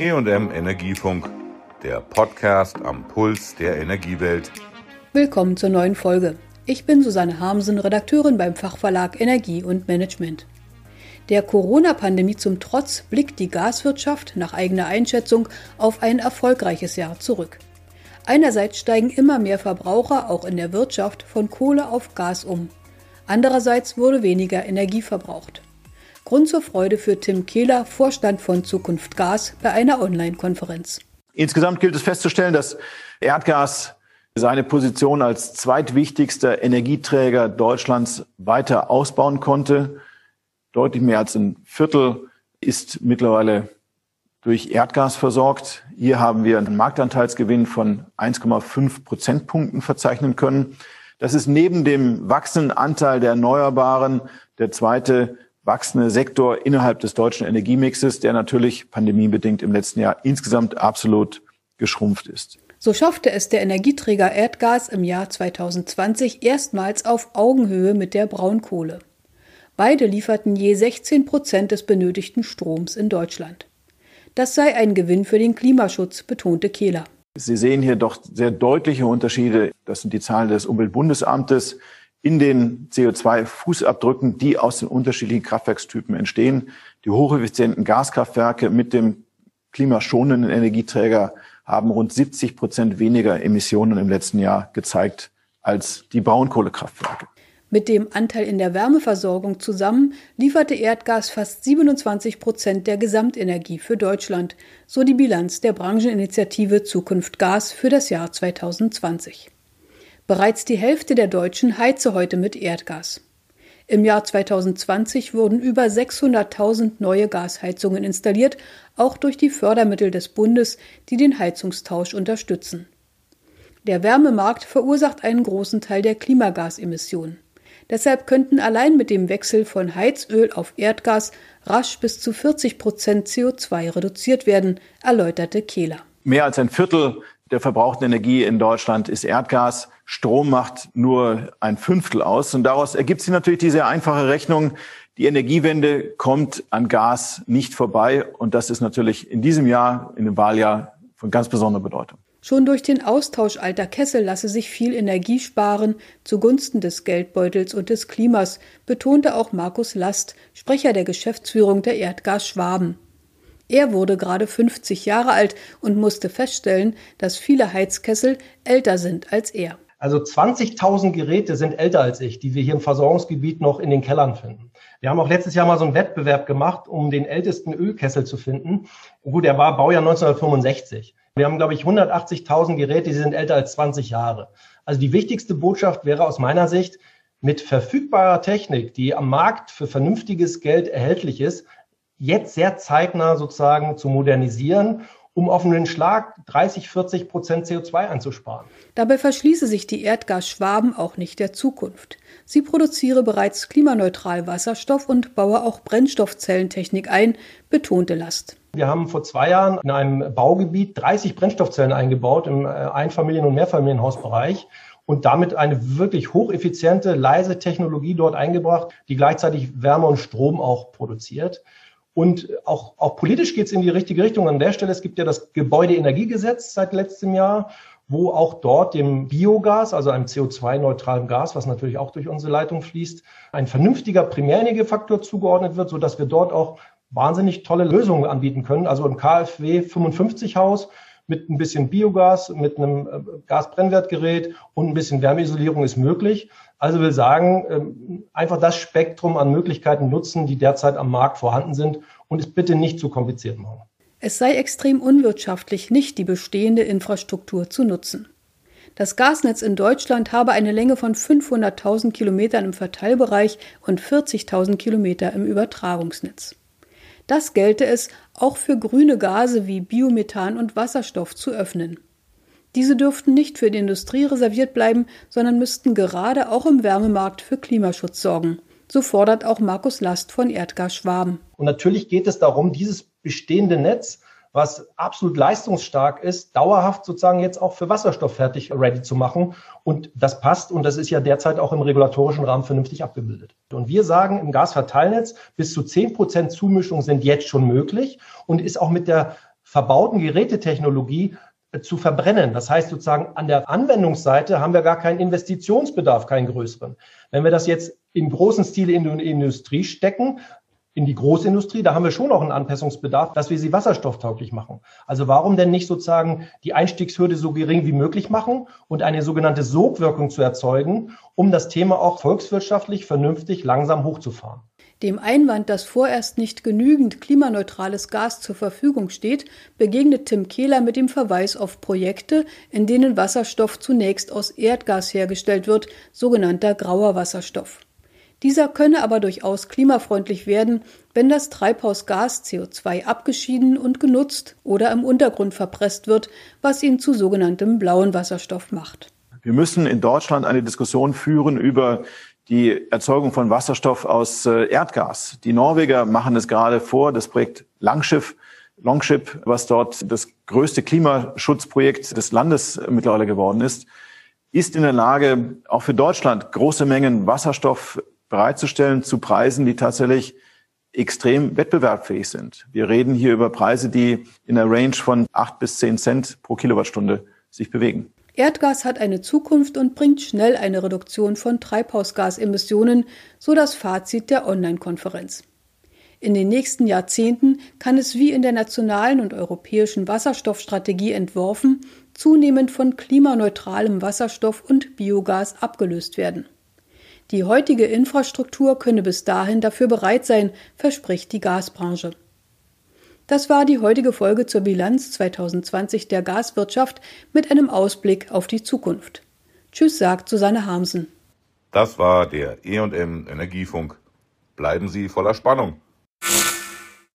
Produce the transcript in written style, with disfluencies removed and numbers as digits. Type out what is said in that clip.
E&M Energiefunk, der Podcast am Puls der Energiewelt. Willkommen zur neuen Folge. Ich bin Susanne Harmsen, Redakteurin beim Fachverlag Energie und Management. Der Corona-Pandemie zum Trotz blickt die Gaswirtschaft nach eigener Einschätzung auf ein erfolgreiches Jahr zurück. Einerseits steigen immer mehr Verbraucher auch in der Wirtschaft von Kohle auf Gas um. Andererseits wurde weniger Energie verbraucht. Grund zur Freude für Tim Kehler, Vorstand von Zukunft Gas, bei einer Online-Konferenz. Insgesamt gilt es festzustellen, dass Erdgas seine Position als zweitwichtigster Energieträger Deutschlands weiter ausbauen konnte. Deutlich mehr als ein Viertel ist mittlerweile durch Erdgas versorgt. Hier haben wir einen Marktanteilsgewinn von 1,5 Prozentpunkten verzeichnen können. Das ist neben dem wachsenden Anteil der Erneuerbaren der zweite wachsende Sektor innerhalb des deutschen Energiemixes, der natürlich pandemiebedingt im letzten Jahr insgesamt absolut geschrumpft ist. So schaffte es der Energieträger Erdgas im Jahr 2020 erstmals auf Augenhöhe mit der Braunkohle. Beide lieferten je 16% des benötigten Stroms in Deutschland. Das sei ein Gewinn für den Klimaschutz, betonte Kehler. Sie sehen hier doch sehr deutliche Unterschiede. Das sind die Zahlen des Umweltbundesamtes in den CO2-Fußabdrücken, die aus den unterschiedlichen Kraftwerkstypen entstehen. Die hocheffizienten Gaskraftwerke mit dem klimaschonenden Energieträger haben rund 70% weniger Emissionen im letzten Jahr gezeigt als die Braunkohlekraftwerke. Mit dem Anteil in der Wärmeversorgung zusammen lieferte Erdgas fast 27% der Gesamtenergie für Deutschland, so die Bilanz der Brancheninitiative Zukunft Gas für das Jahr 2020. Bereits die Hälfte der Deutschen heize heute mit Erdgas. Im Jahr 2020 wurden über 600.000 neue Gasheizungen installiert, auch durch die Fördermittel des Bundes, die den Heizungstausch unterstützen. Der Wärmemarkt verursacht einen großen Teil der Klimagasemissionen. Deshalb könnten allein mit dem Wechsel von Heizöl auf Erdgas rasch bis zu 40% CO2 reduziert werden, erläuterte Kehler. Mehr als ein Viertel der verbrauchten Energie in Deutschland ist Erdgas. Strom macht nur ein Fünftel aus. Und daraus ergibt sich natürlich die sehr einfache Rechnung. Die Energiewende kommt an Gas nicht vorbei. Und das ist natürlich in diesem Jahr, in dem Wahljahr, von ganz besonderer Bedeutung. Schon durch den Austausch alter Kessel lasse sich viel Energie sparen, zugunsten des Geldbeutels und des Klimas, betonte auch Markus Last, Sprecher der Geschäftsführung der Erdgas Schwaben. Er wurde gerade 50 Jahre alt und musste feststellen, dass viele Heizkessel älter sind als er. Also 20.000 Geräte sind älter als ich, die wir hier im Versorgungsgebiet noch in den Kellern finden. Wir haben auch letztes Jahr mal so einen Wettbewerb gemacht, um den ältesten Ölkessel zu finden. Gut, der war Baujahr 1965. Wir haben, glaube ich, 180.000 Geräte, die sind älter als 20 Jahre. Also die wichtigste Botschaft wäre aus meiner Sicht, mit verfügbarer Technik, die am Markt für vernünftiges Geld erhältlich ist, jetzt sehr zeitnah sozusagen zu modernisieren, um auf einen Schlag 30-40% CO2 einzusparen. Dabei verschließe sich die Erdgas Schwaben auch nicht der Zukunft. Sie produziere bereits klimaneutral Wasserstoff und baue auch Brennstoffzellentechnik ein, betonte Last. Wir haben vor 2 Jahren in einem Baugebiet 30 Brennstoffzellen eingebaut im Einfamilien- und Mehrfamilienhausbereich und damit eine wirklich hocheffiziente, leise Technologie dort eingebracht, die gleichzeitig Wärme und Strom auch produziert. Und auch politisch geht es in die richtige Richtung. An der Stelle, es gibt ja das Gebäudeenergiegesetz seit letztem Jahr, wo auch dort dem Biogas, also einem CO2-neutralen Gas, was natürlich auch durch unsere Leitung fließt, ein vernünftiger Primärenergiefaktor zugeordnet wird, sodass wir dort auch wahnsinnig tolle Lösungen anbieten können. Also ein KfW 55 Haus mit ein bisschen Biogas, mit einem Gasbrennwertgerät und ein bisschen Wärmeisolierung ist möglich. Also will sagen, einfach das Spektrum an Möglichkeiten nutzen, die derzeit am Markt vorhanden sind und es bitte nicht zu kompliziert machen. Es sei extrem unwirtschaftlich, nicht die bestehende Infrastruktur zu nutzen. Das Gasnetz in Deutschland habe eine Länge von 500.000 Kilometern im Verteilbereich und 40.000 Kilometer im Übertragungsnetz. Das gelte es, auch für grüne Gase wie Biomethan und Wasserstoff zu öffnen. Diese dürften nicht für die Industrie reserviert bleiben, sondern müssten gerade auch im Wärmemarkt für Klimaschutz sorgen. So fordert auch Markus Last von Erdgas Schwaben. Und natürlich geht es darum, dieses bestehende Netz, was absolut leistungsstark ist, dauerhaft sozusagen jetzt auch für Wasserstoff fertig ready zu machen. Und das passt und das ist ja derzeit auch im regulatorischen Rahmen vernünftig abgebildet. Und wir sagen im Gasverteilnetz, bis zu 10% Zumischung sind jetzt schon möglich und ist auch mit der verbauten Gerätetechnologie zu verbrennen. Das heißt sozusagen, an der Anwendungsseite haben wir gar keinen Investitionsbedarf, keinen größeren. Wenn wir das jetzt im großen Stil in die Industrie stecken, in die Großindustrie, da haben wir schon auch einen Anpassungsbedarf, dass wir sie wasserstofftauglich machen. Also warum denn nicht sozusagen die Einstiegshürde so gering wie möglich machen und eine sogenannte Sogwirkung zu erzeugen, um das Thema auch volkswirtschaftlich vernünftig langsam hochzufahren? Dem Einwand, dass vorerst nicht genügend klimaneutrales Gas zur Verfügung steht, begegnet Tim Kehler mit dem Verweis auf Projekte, in denen Wasserstoff zunächst aus Erdgas hergestellt wird, sogenannter grauer Wasserstoff. Dieser könne aber durchaus klimafreundlich werden, wenn das Treibhausgas CO2 abgeschieden und genutzt oder im Untergrund verpresst wird, was ihn zu sogenanntem blauen Wasserstoff macht. Wir müssen in Deutschland eine Diskussion führen über die Erzeugung von Wasserstoff aus Erdgas. Die Norweger machen es gerade vor, das Projekt Longship, was dort das größte Klimaschutzprojekt des Landes mittlerweile geworden ist in der Lage, auch für Deutschland große Mengen Wasserstoff bereitzustellen zu Preisen, die tatsächlich extrem wettbewerbsfähig sind. Wir reden hier über Preise, die in der Range von 8 bis 10 Cent pro Kilowattstunde sich bewegen. Erdgas hat eine Zukunft und bringt schnell eine Reduktion von Treibhausgasemissionen, so das Fazit der Online-Konferenz. In den nächsten Jahrzehnten kann es wie in der nationalen und europäischen Wasserstoffstrategie entworfen, zunehmend von klimaneutralem Wasserstoff und Biogas abgelöst werden. Die heutige Infrastruktur könne bis dahin dafür bereit sein, verspricht die Gasbranche. Das war die heutige Folge zur Bilanz 2020 der Gaswirtschaft mit einem Ausblick auf die Zukunft. Tschüss, sagt Susanne Harmsen. Das war der E&M Energiefunk. Bleiben Sie voller Spannung.